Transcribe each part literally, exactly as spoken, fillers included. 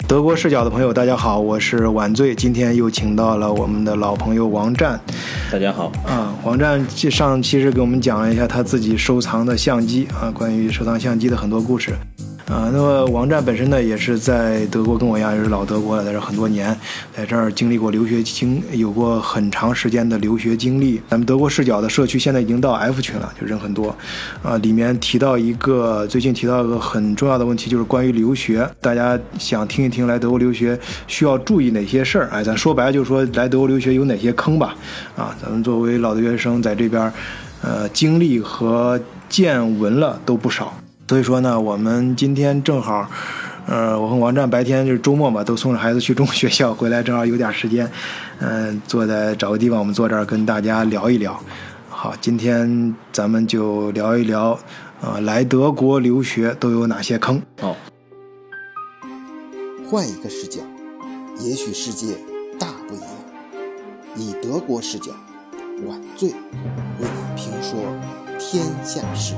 德国视角的朋友大家好，我是晚醉，今天又请到了我们的老朋友王战。 大家好啊，王战上期是给我们讲了一下他自己收藏的相机啊，关于收藏相机的很多故事啊。那么王战本身呢也是在德国，跟我一样也是老德国了，在这很多年，在这儿经历过留学经，有过很长时间的留学经历。咱们德国视角的社区现在已经到 F 群了，就人很多啊。里面提到一个最近提到一个很重要的问题，就是关于留学，大家想听一听来德国留学需要注意哪些事儿？哎，咱说白了就是说来德国留学有哪些坑吧？啊，咱们作为老的学生在这边，呃，经历和见闻了都不少。所以说呢，我们今天正好，呃，我和王战白天就是周末嘛，都送着孩子去中学校，回来正好有点时间，嗯、呃，坐在找个地方，我们坐这儿跟大家聊一聊。好，今天咱们就聊一聊，啊、呃，来德国留学都有哪些坑？ 好， 换一个视角，也许世界大不一样。以德国视角，晚醉为你评说天下事。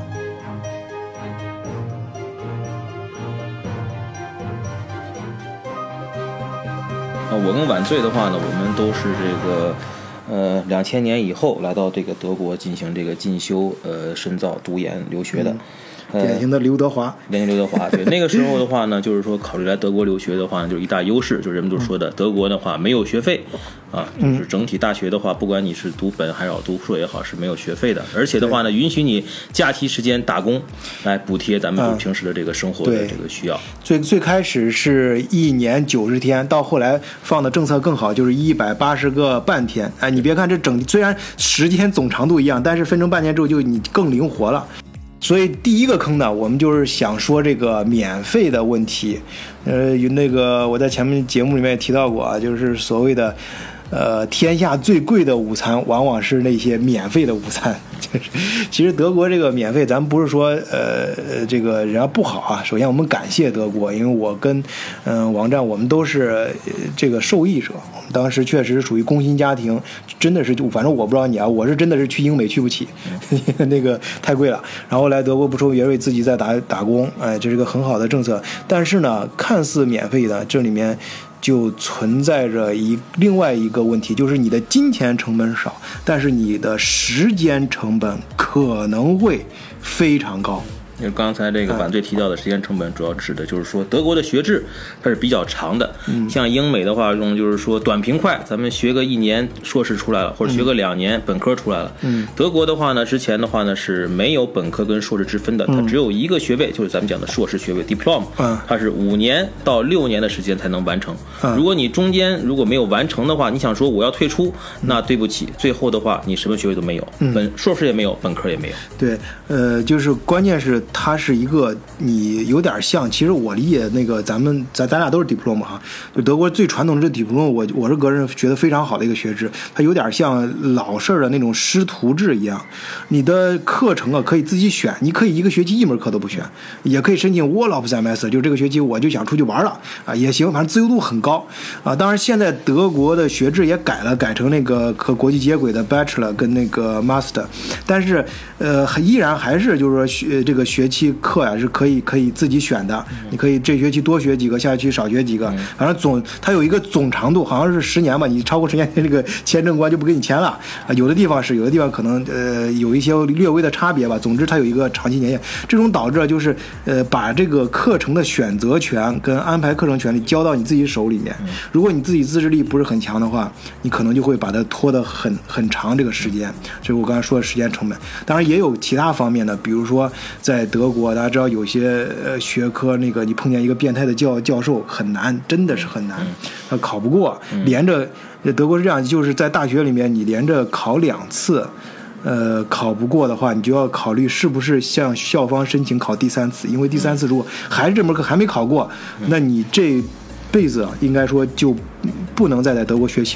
我跟晚醉的话呢，我们都是这个呃两千年以后来到这个德国进行这个进修、呃深造、读研、留学的。 嗯、典型的刘德华， 典型刘德华。对，那个时候的话呢，就是说考虑来德国留学的话呢，就是一大优势，就是人们都说的，德国的话没有学费啊，就是整体大学的话，不管你是读本还是读硕也好，是没有学费的，而且的话呢，允许你假期时间打工来补贴咱们平时的这个生活的这个需要。 最最开始是一年九十天，到后来放的政策更好，就是一百八十个半天。哎，你别看这整虽然时间总长度一样，但是分成半年之后就你更灵活了。所以第一个坑呢，我们就是想说这个免费的问题。呃，那个我在前面节目里面也提到过啊，就是所谓的呃天下最贵的午餐往往是那些免费的午餐。就是其实德国这个免费，咱们不是说呃这个人家不好啊。首先我们感谢德国，因为我跟嗯、呃、王战我们都是这个受益者。我们当时确实是属于工薪家庭，真的是就反正我不知道你啊，我是真的是去英美去不起，那个太贵了。然后来德国不愁也为自己在打打工，哎，这是个很好的政策。但是呢，看似免费的，这里面就存在着一另外一个问题，就是你的金钱成本少，但是你的时间成本可能会非常高。 因为刚才这个晚醉提到的时间成本，主要指的就是说德国的学制它是比较长的，嗯、像英美的话用就是说短平快，咱们学个一年硕士出来了，或者学个两年本科出来了。嗯、德国的话呢，之前的话呢是没有本科跟硕士之分的，它只有一个学位，就是咱们讲的硕士学位 diploma，嗯、它是五年到六年的时间才能完成。嗯、如果你中间如果没有完成的话，你想说我要退出，那对不起，最后的话你什么学位都没有，嗯、本硕士也没有，本科也没有。 对，呃，就是关键是。它是一个你有点像，其实我理解那个咱们咱咱俩都是 diploma 哈，就德国最传统的这 diploma， 我我是个人觉得非常好的一个学制，它有点像老式的那种师徒制一样，你的课程啊可以自己选，你可以一个学期一门课都不选，也可以申请 Urlaub semester， 就这个学期我就想出去玩了啊也行，反正自由度很高啊。当然现在德国的学制也改了，改成那个和国际接轨的 bachelor 跟那个 master， 但是呃依然还是就是说学这个学期课呀、啊、是可以可以自己选的，你可以这学期多学几个，下学期少学几个，反正总它有一个总长度，好像是十年吧，你超过十年这个签证官就不给你签了啊。有的地方是，有的地方可能呃有一些略微的差别吧。总之它有一个长期年限，这种导致就是呃把这个课程的选择权跟安排课程权利交到你自己手里面。如果你自己自制力不是很强的话，你可能就会把它拖得很很长这个时间。这是我刚才说的时间成本。当然也有其他方面的，比如说在德国。大家知道有些呃学科那个你碰见一个变态的教教授很难，真的是很难，他考不过，连着德国是这样，就是在大学里面你连着考两次，呃考不过的话，你就要考虑是不是向校方申请考第三次，因为第三次如果还是这门课还没考过，那你这辈子应该说就不能再在德国学习了。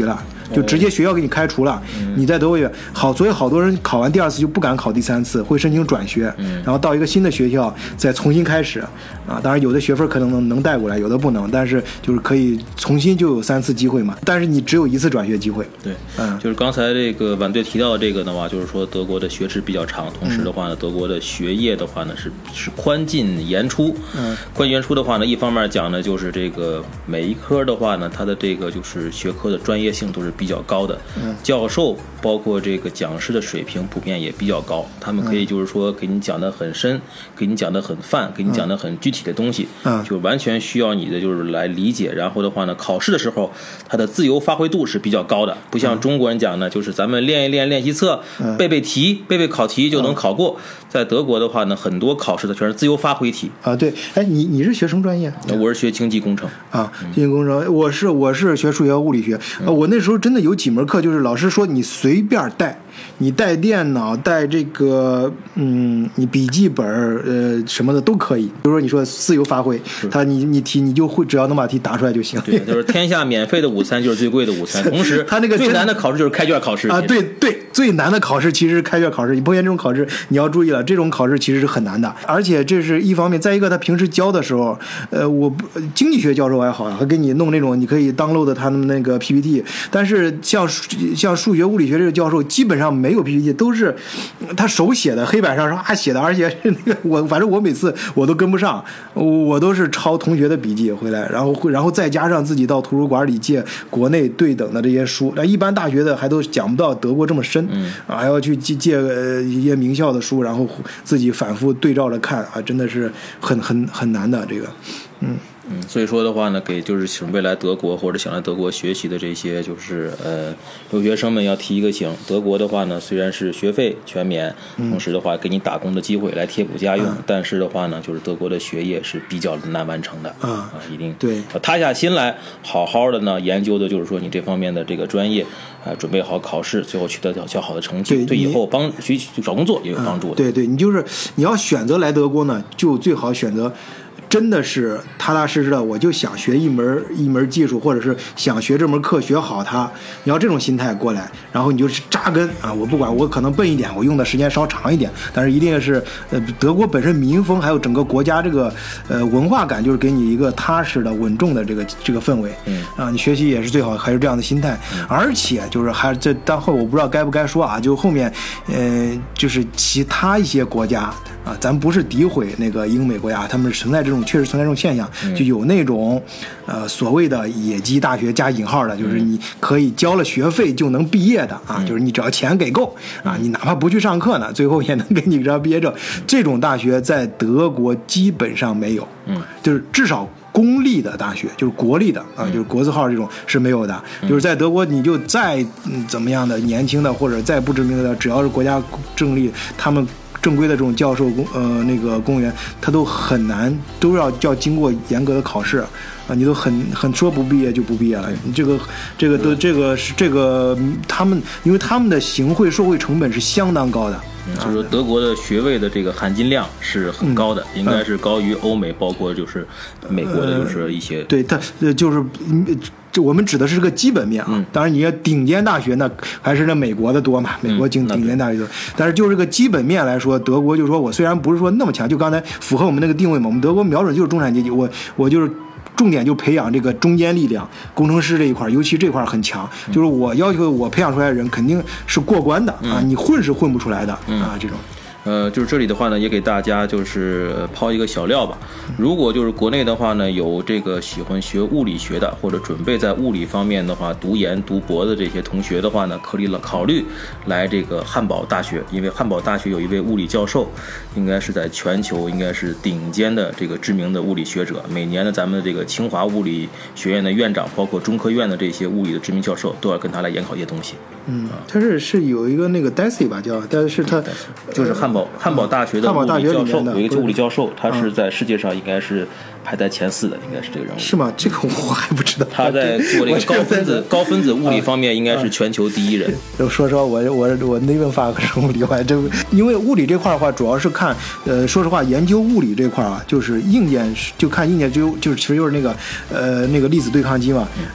就直接学校给你开除了。嗯、你在德国也好，所以好多人考完第二次就不敢考第三次，会申请转学， 嗯、 然后到一个新的学校再重新开始。啊，当然有的学分可能能能带过来，有的不能，但是就是可以重新就有三次机会嘛。但是你只有一次转学机会。 对， 嗯， 就是刚才这个晚队提到的这个的话，就是说德国的学制比较长，同时的话呢，德国的学业的话呢是是宽进严出。 嗯， 宽进严出的话呢，一方面讲呢，就是这个每一科的话呢，它的这个就是学科的专业性都是比较高的。 嗯， 教授包括这个讲师的水平普遍也比较高，他们可以就是说给你讲得很深，给你讲得很泛，给你讲得很具体的东西。 嗯， 就完全需要你的就是来理解，然后的话呢，考试的时候它的自由发挥度是比较高的，不像中国人讲呢，就是咱们练一练练习册， 嗯、 背背题，背背考题就能考过。嗯、在德国的话呢，很多考试的全是自由发挥题啊。对，哎，你你是学什么专业？ 我是学经济工程啊，经济工程，我是我是学数学物理学。嗯、我那时候真的有几门课，就是老师说你随便带。你带电脑带这个嗯你笔记本呃什么的都可以，比如说你说自由发挥，他你你题你就会只要能把题答出来就行。 对，就是天下免费的午餐就是最贵的午餐。同时他那个最难的考试就是开卷考试啊，对对，最难的考试其实是开卷考试。你碰见这种考试你要注意了，这种考试其实是很难的，而且这是一方面，再一个他平时教的时候呃我经济学教授还好，还给你弄那种你可以 download 他们那个 P P T， 但是像像数学物理学这个教授基本上没有 P P T， 都是他手写的，黑板上啊写的，而且那个我反正我每次我都跟不上，我都是抄同学的笔记回来，然后会然后再加上自己到图书馆里借国内对等的这些书，那一般大学的还都讲不到德国这么深， 嗯啊，还要去借借呃一些名校的书，然后自己反复对照着看啊，真的是很很很难的这个，嗯。 嗯，所以说的话呢，给就是准备来德国或者想来德国学习的这些就是呃留学生们要提一个醒，德国的话呢，虽然是学费全免，同时的话给你打工的机会来贴补家用，嗯、但是的话呢，就是德国的学业是比较难完成的啊、 嗯、 啊，一定对要塌下心来，好好的呢研究的就是说你这方面的这个专业啊，准备好考试，最后取得较好的成绩，对, 对以后帮学找工作也有帮助的。 嗯、对对，你就是你要选择来德国呢，就最好选择。真的是踏踏实实的，我就想学一门一门技术，或者是想学这门课学好它。你要这种心态过来，然后你就是扎根啊！我不管，我可能笨一点，我用的时间稍长一点，但是一定是呃德国本身民风还有整个国家这个呃文化感，就是给你一个踏实的稳重的这个这个氛围。 嗯啊，你学习也是最好还是这样的心态， 嗯、 而且就是还这待会我不知道该不该说啊，就后面呃就是其他一些国家啊，咱不是诋毁那个英美国家，他们存在这种。确实存在这种现象，就有那种，呃，所谓的野鸡大学加引号的，就是你可以交了学费就能毕业的啊，就是你只要钱给够啊，你哪怕不去上课呢，最后也能给你一张毕业证。这种大学在德国基本上没有， 嗯， 就是至少公立的大学，就是国立的啊，就是国字号这种是没有的。就是在德国，你就再、嗯、怎么样的年轻的或者再不知名的，只要是国家政立，他们。正规的这种教授公呃那个公务员，他都很难，都要要经过严格的考试啊，你都很很说不毕业就不毕业了。你这个这个都这个是这个他们，因为他们的行贿受贿成本是相当高的。 嗯，就是说德国的学位的这个含金量是很高的，嗯、应该是高于欧美，包括就是美国的，就是一些。 呃、对，它就是这我们指的是个基本面啊。 嗯、 当然，你要顶尖大学呢，还是那美国的多嘛？美国顶顶尖大学多。嗯、但是就是个基本面来说，德国就是说我虽然不是说那么强，就刚才符合我们那个定位嘛，我们德国瞄准就是中产阶级，我我就是。重点就培养这个中坚力量，工程师这一块，尤其这块很强。就是我要求我培养出来的人肯定是过关的、嗯、啊，你混是混不出来的、嗯、啊，这种。 呃，就是这里的话呢，也给大家就是抛一个小料吧。如果就是国内的话呢，有这个喜欢学物理学的，或者准备在物理方面的话读研读博的这些同学的话呢，可以考虑来这个汉堡大学，因为汉堡大学有一位物理教授，应该是在全球应该是顶尖的这个知名的物理学者。每年呢，咱们的这个清华物理学院的院长，包括中科院的这些物理的知名教授，都要跟他来研考一些东西。 嗯，他是是有一个那个 D A S I 吧，叫，但是他就是汉堡汉堡大学的物理教授，有一个物理教授，他是在世界上应该是排在前四的，应该是这个人物。 是吗？这个我还不知道。 他在做这个高分子高分子物理方面，应该是全球第一人。 就说实话，我我我那文法和生物理，我还真因为物理这块的话，主要是看呃，说实话，研究物理这块啊，就是硬件，就看硬件就就是其实就是那个呃那个粒子对抗机嘛，呃，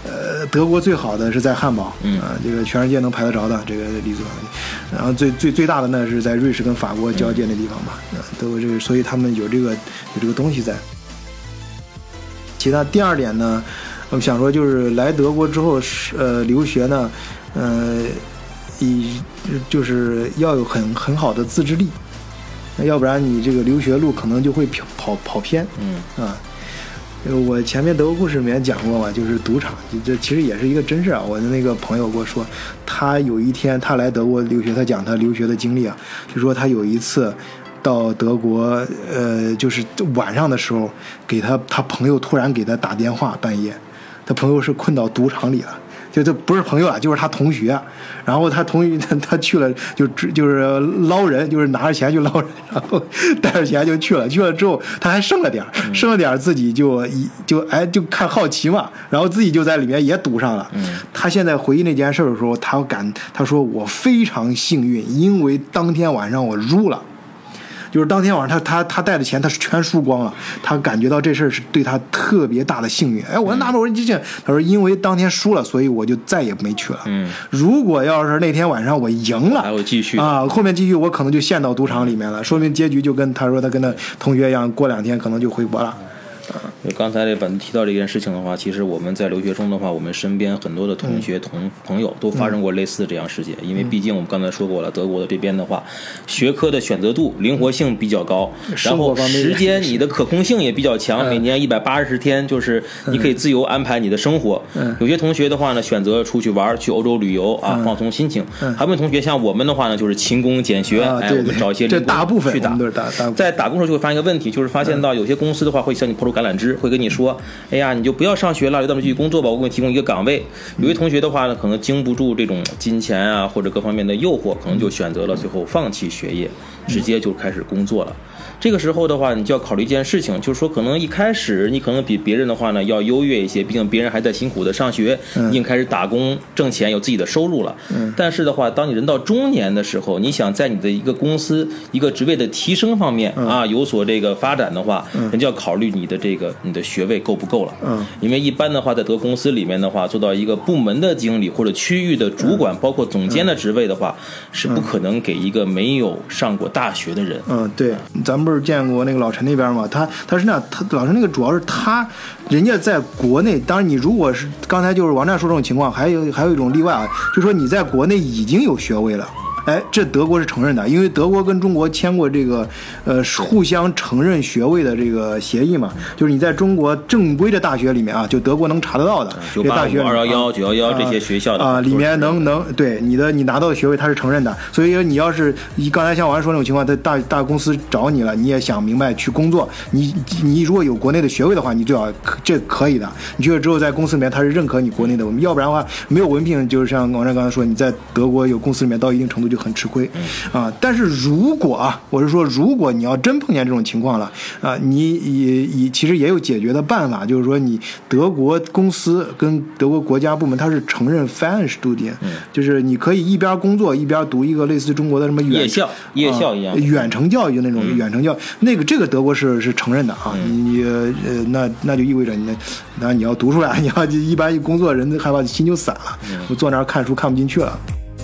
德国最好的是在汉堡， 嗯啊，这个全世界能排得着的这个立足，然后最最最大的呢是在瑞士跟法国交界那地方吧，啊，德国这个，所以他们有这个有这个东西在。其他第二点呢，我们想说就是来德国之后，呃，留学呢，呃，以就是要有很很好的自制力，要不然你这个留学路可能就会跑跑跑偏， 嗯啊。我前面德国故事里面讲过嘛，就是赌场，这其实也是一个真事啊。我的那个朋友跟我说，他有一天他来德国留学，他讲他留学的经历啊，就说他有一次到德国，呃，就是晚上的时候，给他他朋友突然给他打电话，半夜，他朋友是困到赌场里了。就这不是朋友啊，就是他同学，然后他同学他他去了，就就是捞人，就是拿着钱去捞人，然后带着钱就去了，去了之后他还剩了点，剩了点自己就一就哎就看好奇嘛，然后自己就在里面也赌上了。他现在回忆那件事的时候，他感他说我非常幸运，因为当天晚上我输了。就是当天晚上他他他带的钱他是全输光了，他感觉到这事儿是对他特别大的幸运。哎，我纳闷，我说你这，他说因为当天输了，所以我就再也没去了。 嗯， 如果要是那天晚上我赢了， 还会继续啊，后面继续我可能就陷到赌场里面了，说明结局就跟他说他跟他同学一样，过两天可能就回国了。 就刚才这本提到这件事情的话，其实我们在留学中的话，我们身边很多的同学、同朋友都发生过类似的这样事件。因为毕竟我们刚才说过了，德国的这边的话，学科的选择度、灵活性比较高，然后时间你的可控性也比较强，每年一百八十天，就是你可以自由安排你的生活。有些同学的话呢，选择出去玩，去欧洲旅游啊，放松心情；还有同学像我们的话呢，就是勤工俭学，哎，我们找一些这大部分去打。在打工的时候就会发现一个问题，就是发现到有些公司的话会向你抛出橄榄枝，会跟你说，哎呀，你就不要上学了，留咱们继续工作吧，我给你提供一个岗位。有些同学的话呢，可能经不住这种金钱啊或者各方面的诱惑，可能就选择了最后放弃学业，直接就开始工作了。这个时候的话，你就要考虑一件事情，就是说可能一开始你可能比别人的话呢要优越一些，毕竟别人还在辛苦的上学，已经开始打工挣钱，有自己的收入了。但是的话，当你人到中年的时候，你想在你的一个公司一个职位的提升方面啊有所这个发展的话，人就要考虑你的这个你的学位够不够了。因为一般的话，在德公司里面的话，做到一个部门的经理或者区域的主管，包括总监的职位的话，是不可能给一个没有上过大学的人。 嗯，对，咱们不是见过那个老陈那边吗？他他是那样，他老陈那个主要是他，人家在国内，当然你如果是刚才就是王战说这种情况，还有还有一种例外啊，就是说你在国内已经有学位了。哎，这德国是承认的，因为德国跟中国签过这个呃互相承认学位的这个协议嘛，就是你在中国正规的大学里面啊，就德国能查得到的，这大学二幺幺、九幺幺这些学校的啊，里面能能对你的你拿到的学位它是承认的，所以你要是你刚才像王说那种情况，在大大公司找你了，你也想明白去工作，你你如果有国内的学位的话，你最好这可以的，你去了之后在公司里面他是认可你国内的，要不然的话没有文凭，就是像王战刚才说，你在德国有公司里面到一定程度就很吃亏啊。但是如果啊，我是说，如果你要真碰见这种情况了啊，你也也其实也有解决的办法，就是说你德国公司跟德国国家部门它是承认 Fernstudium， 就是你可以一边工作一边读一个类似中国的什么远夜校夜校一样、 啊、远程教育那种远程教育，嗯、那个这个德国是是承认的啊。 嗯、 你呃那那就意味着你那你要读出来，你要一般一工作人害怕心就散了， 嗯、 我坐那儿看书看不进去了。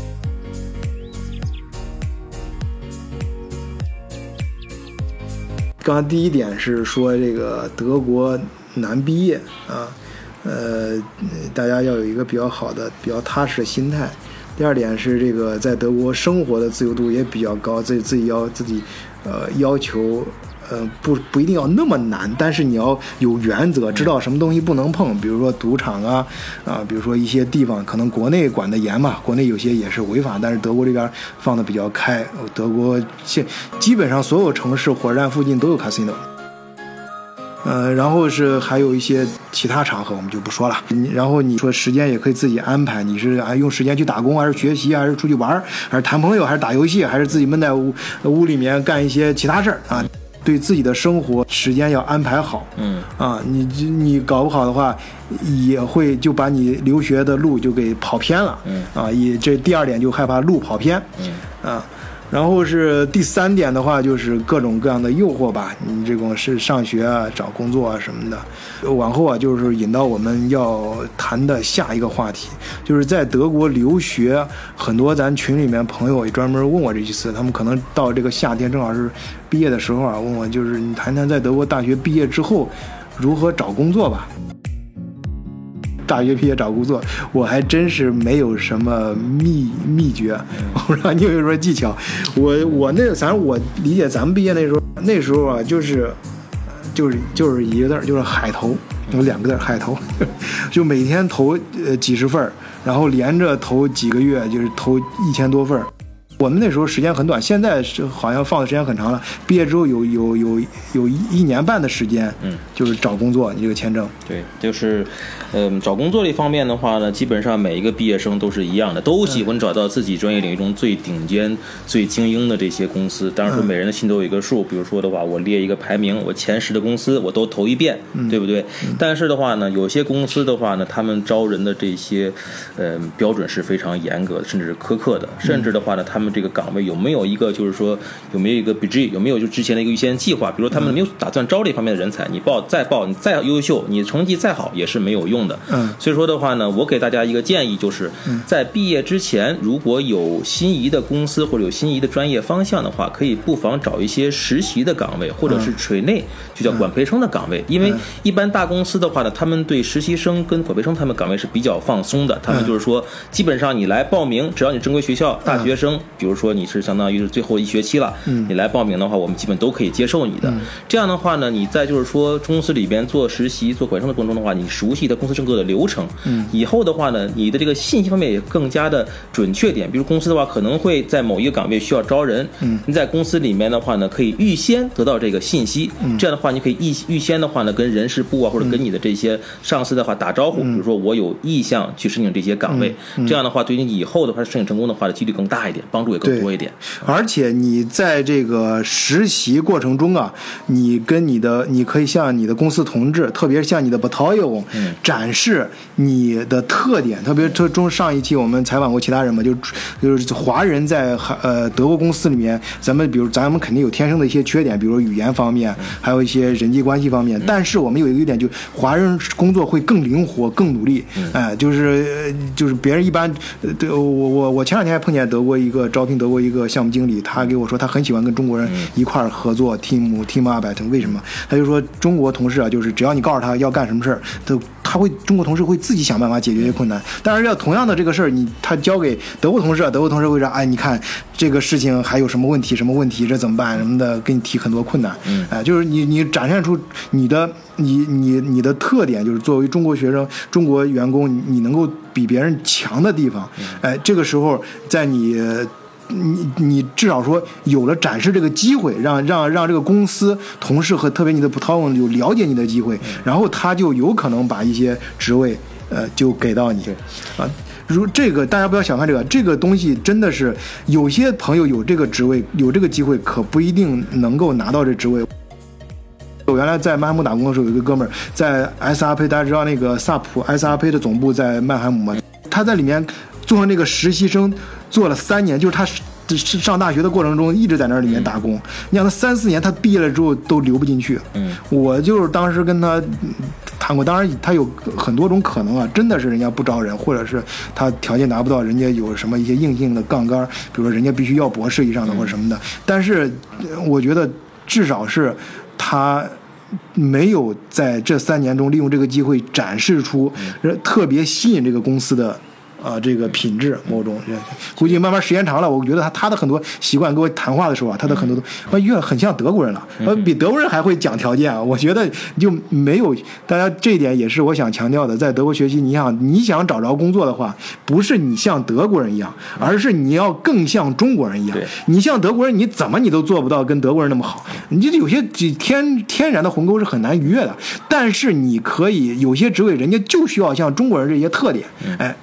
刚才第一点是说这个德国难毕业啊，呃，大家要有一个比较好的、比较踏实的心态。第二点是这个在德国生活的自由度也比较高，自己自己要自己呃要求。呃，不不一定要那么难，但是你要有原则，知道什么东西不能碰，比如说赌场啊，啊，比如说一些地方可能国内管得严嘛，国内有些也是违法，但是德国这边放得比较开。德国现基本上所有城市火车站附近都有 casino。呃，然后是还有一些其他场合我们就不说了。然后你说时间也可以自己安排，你是用时间去打工，还是学习，还是出去玩，还是谈朋友，还是打游戏，还是自己闷在屋屋里面干一些其他事儿啊？对自己的生活时间要安排好， 嗯啊，你你搞不好的话，也会就把你留学的路就给跑偏了， 嗯啊，也这第二点就害怕路跑偏， 嗯啊， 然后是第三点的话，就是各种各样的诱惑吧，你这种是上学啊、找工作啊什么的。往后啊，就是引到我们要谈的下一个话题，就是在德国留学，很多咱群里面朋友也专门问我这一次，他们可能到这个夏天正好是毕业的时候啊，问我就是你谈谈在德国大学毕业之后如何找工作吧。大学毕业找工作，我还真是没有什么秘秘诀，我不知道你有什么技巧。我我那反正我理解咱们毕业那时候，那时候啊，就是就是就是一个字，就是海投，有两个字海投，就每天投呃几十份，然后连着投几个月，就是投一千多份。我们那时候时间很短，现在是好像放的时间很长了。毕业之后有有有有一年半的时间，嗯，就是找工作，你这个签证。 对，就是，嗯，找工作这方面的话呢，基本上每一个毕业生都是一样的，都喜欢找到自己专业领域中最顶尖、最精英的这些公司。当然说每人的心都有一个数，比如说的话，我列一个排名，我前十的公司我都投一遍，嗯、对不对？嗯、但是的话呢，有些公司的话呢，他们招人的这些，呃，标准是非常严格的，甚至是苛刻的，甚至的话呢，他们这个岗位有没有一个就是说有没有一个 budget， 有没有就之前的一个预先计划？比如说他们没有打算招这方面的人才，你报再报，你再优秀，你成绩再好也是没有用的。嗯，所以说的话呢，我给大家一个建议，就是在毕业之前，如果有心仪的公司或者有心仪的专业方向的话，可以不妨找一些实习的岗位，或者是垂内就叫管培生的岗位。因为一般大公司的话呢，他们对实习生跟管培生他们岗位是比较放松的，他们就是说，基本上你来报名，只要你正规学校大学生，比如说你是相当于是最后一学期了，你来报名的话，我们基本都可以接受你的。这样的话呢，你在就是说公司里边做实习、做管培生的过程中的话，你熟悉的公司整个的流程，以后的话呢，你的这个信息方面也更加的准确点。比如公司的话，可能会在某一个岗位需要招人，你在公司里面的话呢，可以预先得到这个信息，这样的话，你可以预预先的话呢，跟人事部啊或者跟你的这些上司的话打招呼，比如说我有意向去申请这些岗位，这样的话，对于你以后的话申请成功的话的几率更大一点，帮助也更多一点。 而且你在这个实习过程中啊，你跟你的你可以向你的公司同志，特别是向你的 battalion 展示你的特点。特别中上一期我们采访过其他人嘛，就就是华人在呃德国公司里面，咱们比如咱们肯定有天生的一些缺点，比如语言方面，还有一些人际关系方面。但是我们有一个点，就华人工作会更灵活、更努力。哎、呃，就是就是别人一般，对我我我前两天还碰见德国一个招聘德国一个项目经理，他给我说他很喜欢跟中国人一块儿合作 team team arbeit。为什么？他就说中国同事啊，就是只要你告诉他要干什么事儿，他他会中国同事会自己想办法解决这些困难。但是要同样的这个事儿，你他交给德国同事，德国同事会说，哎，你看这个事情还有什么问题，什么问题，这怎么办什么的，给你提很多困难。嗯，哎、呃，就是你你展现出你的你你你的特点，就是作为中国学生、中国员工，你能够比别人强的地方。哎、呃，这个时候在你。你你至少说有了展示这个机会，让让让这个公司同事和特别你的 battalion 有了解你的机会，然后他就有可能把一些职位呃就给到你啊。如这个大家不要小看这个，这个东西真的是有些朋友有这个职位有这个机会，可不一定能够拿到这职位。我原来在曼海姆打工的时候，有一个哥们儿在 S R P， 大家知道那个萨普 S R P 的总部在曼海姆嘛，他在里面做上那个实习生做了三年，就是他上大学的过程中一直在那里面打工。你想他三四年，他毕业了之后都留不进去。嗯，我就是当时跟他谈过，当然他有很多种可能啊，真的是人家不招人，或者是他条件达不到，人家有什么一些硬性的杠杆，比如说人家必须要博士以上的或者什么的。但是我觉得至少是他没有在这三年中利用这个机会展示出特别吸引这个公司的啊、呃，这个品质某种，估计慢慢时间长了，我觉得他他的很多习惯，跟我谈话的时候啊，他的很多都越很像德国人了，呃，比德国人还会讲条件啊。我觉得就没有大家这一点也是我想强调的，在德国学习，你想你想找着工作的话，不是你像德国人一样，而是你要更像中国人一样。你像德国人，你怎么你都做不到跟德国人那么好，你就有些天天然的鸿沟是很难逾越的。但是你可以有些职位，人家就需要像中国人这些特点，哎，他你。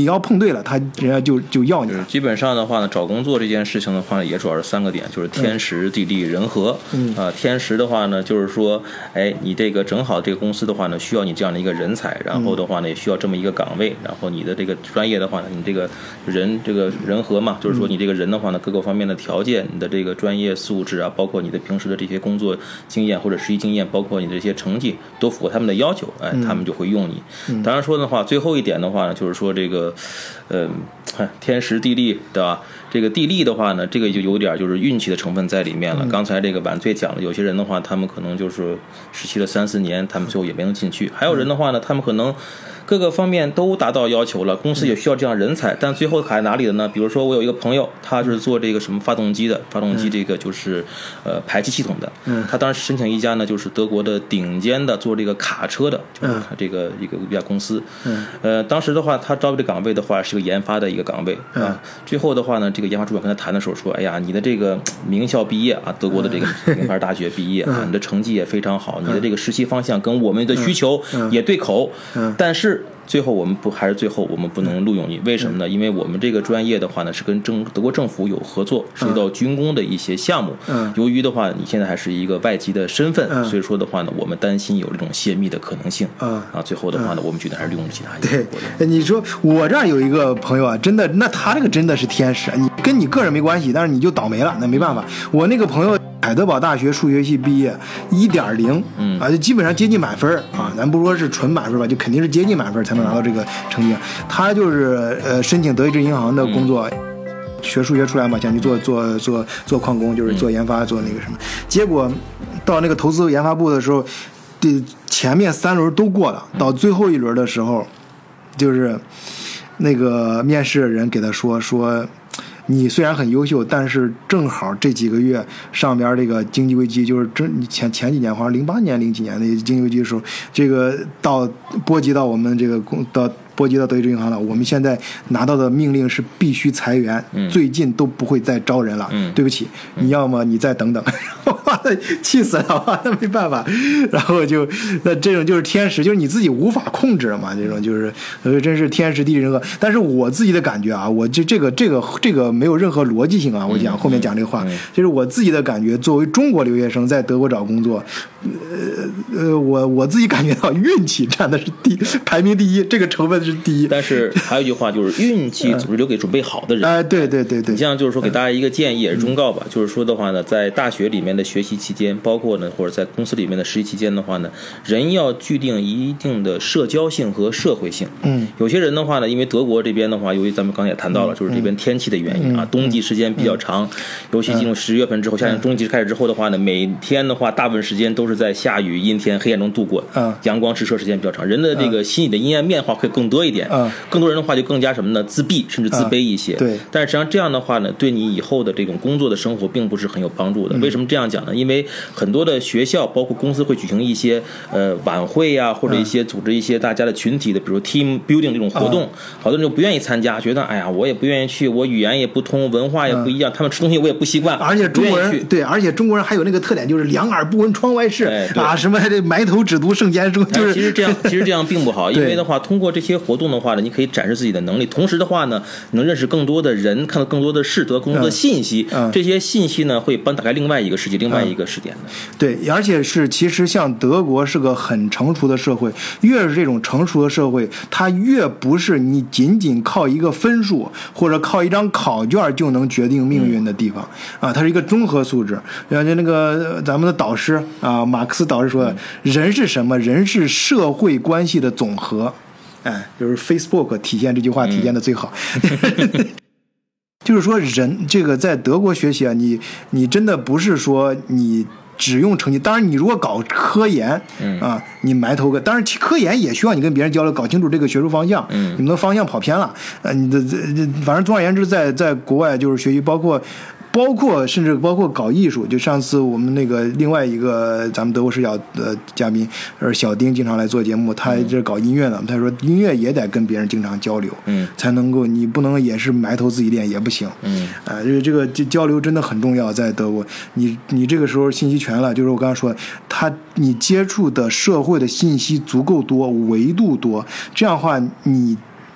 你要碰对了，他人家就就要你了。 基本上的话呢，找工作这件事情的话呢，也主要是三个点，就是天时、地利、人和。嗯啊，天时的话呢，就是说，哎，你这个正好这个公司的话呢，需要你这样的一个人才，然后的话呢，也需要这么一个岗位，然后你的这个专业的话呢，你这个人这个人和嘛，就是说你这个人的话呢，各个方面的条件，你的这个专业素质啊，包括你的平时的这些工作经验或者实习经验，包括你的这些成绩，都符合他们的要求，哎，他们就会用你。当然说的话，最后一点的话呢，就是说这个，呃，天时地利，对吧？这个地利的话呢，这个就有点就是运气的成分在里面了。刚才这个晚醉讲了，有些人的话，他们可能就是实习了三四年，他们最后也没能进去；还有人的话呢，他们可能各个方面都达到要求了，公司也需要这样人才，但最后卡在哪里了呢？比如说我有一个朋友，他是做这个什么发动机的，发动机这个就是呃排气系统的，他当时申请一家呢就是德国的顶尖的做这个卡车的，就是这个一个一家公司，呃当时的话他招这个岗位的话是个研发的一个岗位啊，最后的话呢，这个研发主管跟他谈的时候说，哎呀，你的这个名校毕业啊，德国的这个名牌大学毕业啊，你的成绩也非常好，你的这个实习方向跟我们的需求也对口，但是最后我们不还是最后我们不能录用你，为什么呢？因为我们这个专业的话呢是跟政德国政府有合作，涉及到军工的一些项目。由于的话你现在还是一个外籍的身份，所以说的话呢，我们担心有这种泄密的可能性。啊，最后的话呢，我们决定还是利用其他一些。 对，你说我这儿有一个朋友啊，真的，那他这个真的是天使，你跟你个人没关系，但是你就倒霉了，那没办法。我那个朋友海德堡大学数学系毕业，一点零，嗯啊，就基本上接近满分啊，咱不说是纯满分吧，就肯定是接近满分才能拿到这个成绩。他就是呃申请德意志银行的工作，嗯、学数学出来嘛，想去做做做做矿工，就是做研发，做那个什么。结果到那个投资研发部的时候，这前面三轮都过了，到最后一轮的时候，就是那个面试人给他说说。你虽然很优秀，但是正好这几个月上边这个经济危机，就是真前前几年，好像零八年、零几年的经济危机的时候，这个到波及到我们这个到波及到德意志银行了。我们现在拿到的命令是必须裁员，嗯、最近都不会再招人了。嗯、对不起，你要么你再等等。气死了，那没办法。然后就那这种就是天时，就是你自己无法控制嘛。这种就是呃，真是天时地利人和。但是我自己的感觉啊，我这这个这个这个没有任何逻辑性啊。我讲后面讲这个话，就是我自己的感觉。作为中国留学生在德国找工作，呃呃，我我自己感觉到运气占的是第排名第一，这个成分是第一。 但是还有一句话就是运气总是留给准备好的人。 哎、呃，对对对对。 你像就是说给大家一个建议也是忠告吧，嗯、就是说的话呢，在大学里面的学习期间，包括呢或者在公司里面的实习期间的话呢，人要具定一定的社交性和社会性。嗯，有些人的话呢，因为德国这边的话，由于咱们刚才也谈到了，就是这边天气的原因啊，嗯、冬季时间比较长，嗯、尤其进入十月份之后，像冬季开始之后的话呢，每天的话大部分时间都是在下雨、阴天、黑暗中度过。嗯，阳光直射时间比较长，人的这个心理的阴暗面化会更多一点。嗯，更多人的话就更加什么呢？自闭甚至自卑一些。嗯、对，但是实际上这样的话呢，对你以后的这种工作的生活并不是很有帮助的。嗯、为什么这样讲呢？因为很多的学校包括公司会举行一些呃晚会呀、啊，或者一些组织一些大家的群体的，比如 team building 这种活动，好多人就不愿意参加，觉得哎呀我也不愿意去，我语言也不通，文化也不一样，他们吃东西我也不习惯， 而且中国人对，而且中国人还有那个特点就是两耳不闻窗外事、哎、啊，什么还得埋头只读圣贤书，就是、 哎、其实这样其实这样并不好，因为的话通过这些活动的话呢，你可以展示自己的能力，同时的话呢，能认识更多的人，看到更多的事，得更多的信息，嗯嗯、这些信息呢会帮打开另外一个世界，另外一个视点的。 对，而且是其实像德国是个很成熟的社会，越是这种成熟的社会，它越不是你仅仅靠一个分数或者靠一张考卷就能决定命运的地方、嗯、啊，它是一个综合素质。然后那个咱们的导师啊，马克思导师说的，嗯、人是什么？人是社会关系的总和。哎，就是 Facebook 体现这句话体现的最好。嗯就是说人这个在德国学习啊，你你真的不是说你只用成绩，当然你如果搞科研，嗯啊，你埋头个，当然科研也需要你跟别人交流，搞清楚这个学术方向，嗯，你们的方向跑偏了，呃，你的反正总而言之，在在国外就是学习，包括。包括甚至包括搞艺术，就上次我们那个另外一个咱们德国视角的嘉宾，而小丁经常来做节目，他这搞音乐的，他说音乐也得跟别人经常交流，嗯，才能够，你不能也是埋头自己练也不行，嗯，啊、呃，这个这个交流真的很重要，在德国，你你这个时候信息全了，就是我刚才说，他你接触的社会的信息足够多，维度多，这样的话你。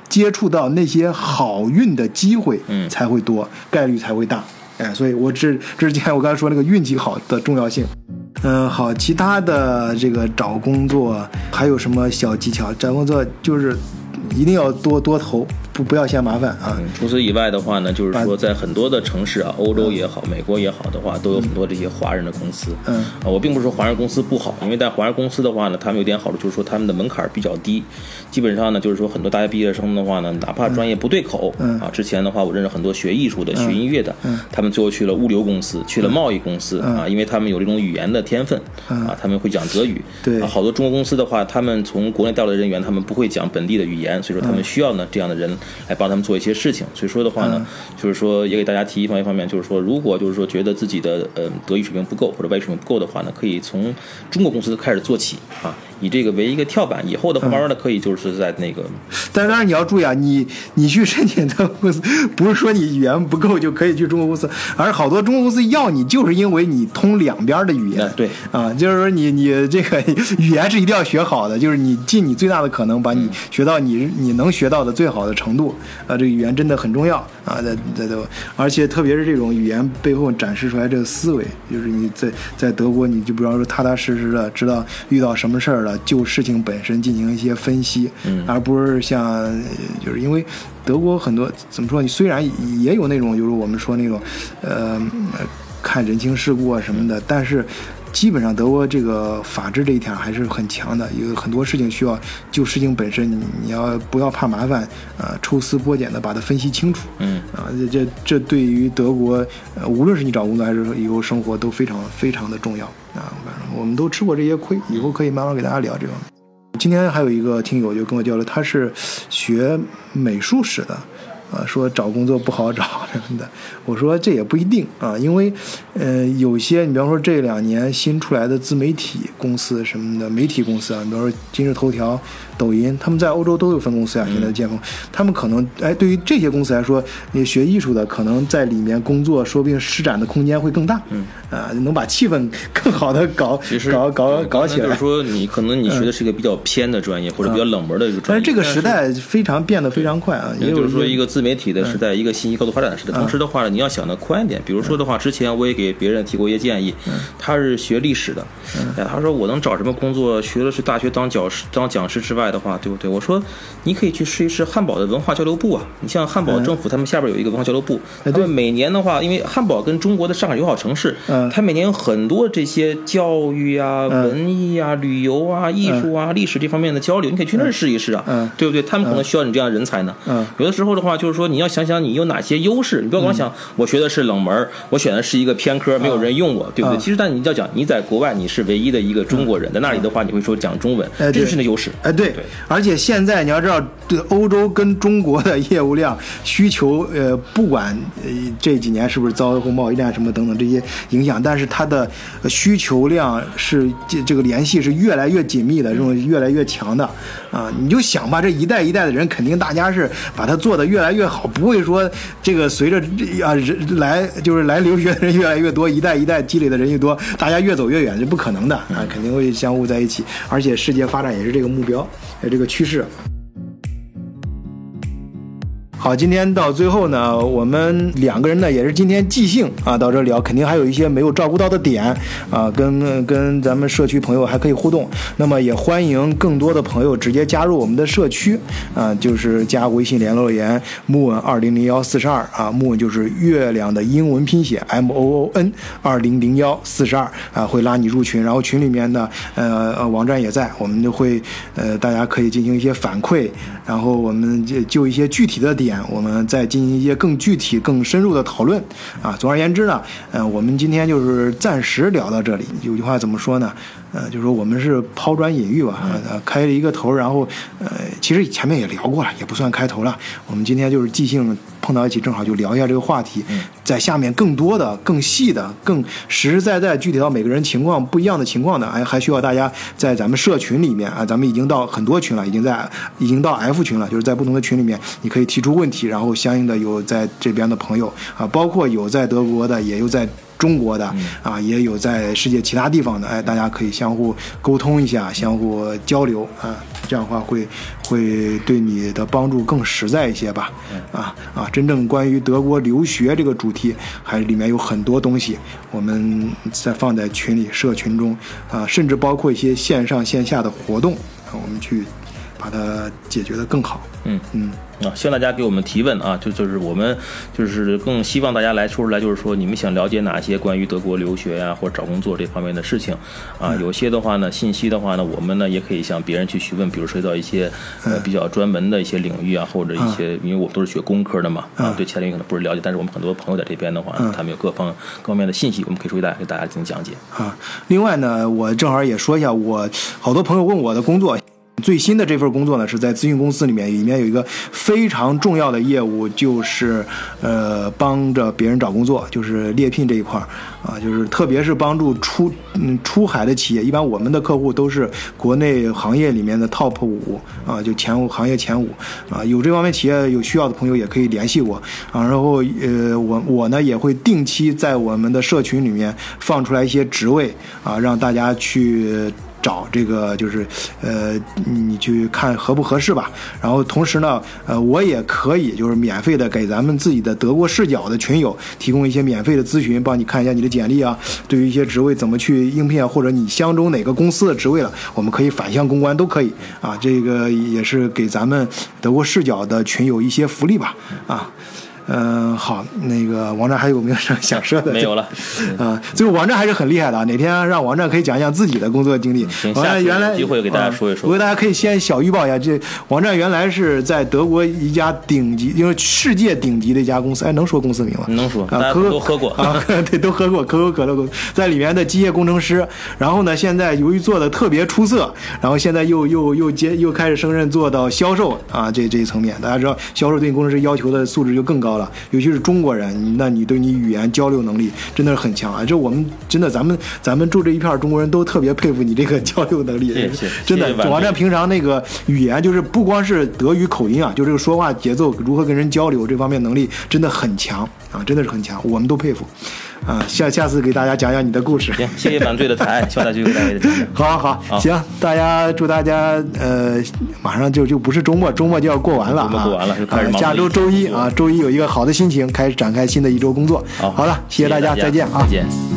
接触到那些好运的机会才会多， 嗯、 概率才会大。哎，所以我这这之前我刚才说那个运气好的重要性。嗯，好，其他的这个找工作还有什么小技巧？找工作就是一定要多多投，不不要嫌麻烦啊、嗯。 除此以外的话呢，就是说在很多的城市啊，欧洲也好，美国也好的话，都有很多这些华人的公司。嗯，啊，我并不是说华人公司不好，因为在华人公司的话呢，他们有点好处，就是说他们的门槛比较低。基本上呢，就是说很多大学毕业生的话呢，哪怕专业不对口，嗯、啊，之前的话我认识很多学艺术的、学音乐的，嗯、他们最后去了物流公司，去了贸易公司、嗯、啊，因为他们有这种语言的天分，嗯、啊，他们会讲德语。 对、 啊，好多中国公司的话，他们从国内调来的人员，他们不会讲本地的语言，所以说他们需要呢这样的人来帮他们做一些事情。所以说的话呢，嗯、就是说也给大家提一方一方面，就是说如果就是说觉得自己的呃德语水平不够或者外语水平不够的话呢，可以从中国公司开始做起啊。以这个为一个跳板，以后的话慢慢的可以就是在那个， 但是当然你要注意啊，你你去申请的公司，不是说你语言不够就可以去中国公司，而是好多中国公司要你，就是因为你通两边的语言。 对啊，就是说你你这个语言是一定要学好的，就是你尽你最大的可能把你学到你你能学到的最好的程度啊，这个语言真的很重要啊，在在都，而且特别是这种语言背后展示出来这个思维，就是你在在德国你就比方说踏踏实实的知道遇到什么事儿了，就事情本身进行一些分析，嗯，而不是像就是因为德国很多怎么说，你虽然也有那种就是我们说那种呃看人情世故啊什么的，但是基本上德国这个法治这一条还是很强的，有很多事情需要就事情本身，你你要不要怕麻烦啊、呃？抽丝剥茧的把它分析清楚，嗯啊，这这对于德国、呃，无论是你找工作还是以后生活都非常非常的重要啊。反正我们都吃过这些亏，以后可以慢慢给大家聊这个。今天还有一个听友就跟我交流，他是学美术史的。啊，说找工作不好找什么的，我说这也不一定啊，因为，呃，有些你比方说这两年新出来的自媒体公司什么的，媒体公司啊，你比方说今日头条、抖音，他们在欧洲都有分公司啊，现在建峰，他们可能哎，对于这些公司来说，你学艺术的可能在里面工作，说不定施展的空间会更大，嗯，啊，能把气氛更好的搞搞搞搞起来。 就是说，你可能你学的是一个比较偏的专业，嗯、或者比较冷门的一个专业， 但是这个时代非常变得非常快啊， 也就是说一个自媒体的时代，嗯、一个信息高度发展的时代。同时的话呢，你要想的宽一点，比如说的话，之前我也给别人提过一些建议，嗯、他是学历史的，嗯、哎，他说我能找什么工作？学的是大学当讲师当讲师之外的话，对不对？我说你可以去试一试汉堡的文化交流部啊，你像汉堡政府他们下边有一个文化交流部，嗯、他们每年的话，因为汉堡跟中国的上海友好城市，嗯、他每年有很多这些教育啊、嗯、文艺啊、旅游啊、艺术啊、嗯、历史这方面的交流，你可以去那儿试一试啊，嗯、对不对？他们可能需要你这样人才呢。嗯，有的时候的话，就是说你要想想你有哪些优势，你不要光想、嗯、我学的是冷门，我选的是一个偏科，没有人用我，嗯、对不对？嗯、其实但你要讲你在国外你是唯一的一个中国人，嗯、在那里的话你会说讲中文，嗯、这就是你的优势。 哎，对，对，而且现在你要知道，对欧洲跟中国的业务量需求，呃，不管呃这几年是不是遭后贸易战什么等等这些影响，但是它的需求量是这这个联系是越来越紧密的，这种越来越强的啊！你就想吧，这一代一代的人，肯定大家是把它做得越来越好，不会说这个随着啊人来就是来留学的人越来越多，一代一代积累的人越多，大家越走越远，这不可能的啊！肯定会相互在一起，而且世界发展也是这个目标，也这个趋势。好，今天到最后呢，我们两个人呢也是今天即兴啊到这聊，肯定还有一些没有照顾到的点啊，跟跟咱们社区朋友还可以互动。那么也欢迎更多的朋友直接加入我们的社区啊，就是加微信联络员 moon 二零零幺四十二啊 ，moon 就是月亮的英文拼写 M O O N 二零零幺四十二啊，会拉你入群。然后群里面呢，呃呃网站也在，我们就会呃大家可以进行一些反馈，然后我们就就一些具体的点。我们再进行一些更具体更深入的讨论啊。总而言之呢，呃，我们今天就是暂时聊到这里。有句话怎么说呢？呃，就是说我们是抛砖引玉吧，呃，开了一个头，然后呃，其实前面也聊过了，也不算开头了。我们今天就是即兴碰到一起，正好就聊一下这个话题，在下面更多的、更细的、更实实在在、具体到每个人情况不一样的情况的，哎，还需要大家在咱们社群里面啊，咱们已经到很多群了，已经在已经到 F 群了，就是在不同的群里面，你可以提出问题，然后相应的有在这边的朋友啊，包括有在德国的，也有在中国的啊，也有在世界其他地方的，哎，大家可以相互沟通一下，相互交流啊，这样的话会会对你的帮助更实在一些吧。啊啊，真正关于德国留学这个主题，还里面有很多东西，我们再放在群里社群中啊，甚至包括一些线上线下的活动啊，我们去把它解决得更好。 嗯嗯。 啊，希望大家给我们提问啊，就就是我们就是更希望大家来说出来，就是说你们想了解哪些关于德国留学呀、啊、或者找工作这方面的事情啊。有些的话呢，信息的话呢，我们呢也可以向别人去询问，比如涉及到一些呃比较专门的一些领域啊，或者一些，因为我们都是学工科的嘛，啊，对其他领域可能不是了解，但是我们很多朋友在这边的话，他们有各方各方面的信息，我们可以说给大家给大家进行讲解啊。另外呢，我正好也说一下，我好多朋友问我的工作。最新的这份工作呢，是在咨询公司里面，里面有一个非常重要的业务，就是呃帮着别人找工作，就是猎聘这一块啊，就是特别是帮助出嗯出海的企业，一般我们的客户都是国内行业里面的 top 五啊，就前五行业前五啊，有这方面企业有需要的朋友也可以联系我啊，然后呃我我呢也会定期在我们的社群里面放出来一些职位啊，让大家去找这个就是呃你去看合不合适吧。然后同时呢呃我也可以就是免费的给咱们自己的德国视角的群友提供一些免费的咨询，帮你看一下你的简历啊，对于一些职位怎么去应聘，或者你相中哪个公司的职位了，我们可以反向公关都可以啊，这个也是给咱们德国视角的群友一些福利吧啊。嗯、呃，好，那个王战还有没有什么想说的？ 没有了。 啊，最后王战还是很厉害的，哪天让王战可以讲一讲自己的工作经历。 行，下次有机会给大家说一说。 我、啊、给大家可以先小预报一下，这王战原来是在德国一家顶级，因为世界顶级的一家公司，哎，能说公司名吗？ 能说， 啊， 大家都喝过啊，对，都喝过可口可乐公司，在里面的机械工程师。然后呢，现在由于做的特别出色，然后现在又又又接又开始升任做到销售啊，这这一层面，大家知道销售对工程师要求的素质就更高了，尤其是中。中国人，那你对你语言交流能力真的是很强啊！这我们真的，咱们咱们住这一片中国人都特别佩服你这个交流能力， 谢谢真的。王战平常那个语言就是不光是德语口音啊，就这个说话节奏，如何跟人交流这方面能力真的很强啊，真的是很强，我们都佩服。啊，下下次给大家讲讲你的故事。 行，谢谢满队的抬，希望大家就给大家讲讲。 好好好，行，大家祝大家呃，马上就就不是周末，周末就要过完了啊， 周末过完了就开始忙、 啊。下周周一啊，周一有一个好的心情，开始展开新的一周工作。 好， 好了，谢谢大家， 谢谢大家再见啊， 再见。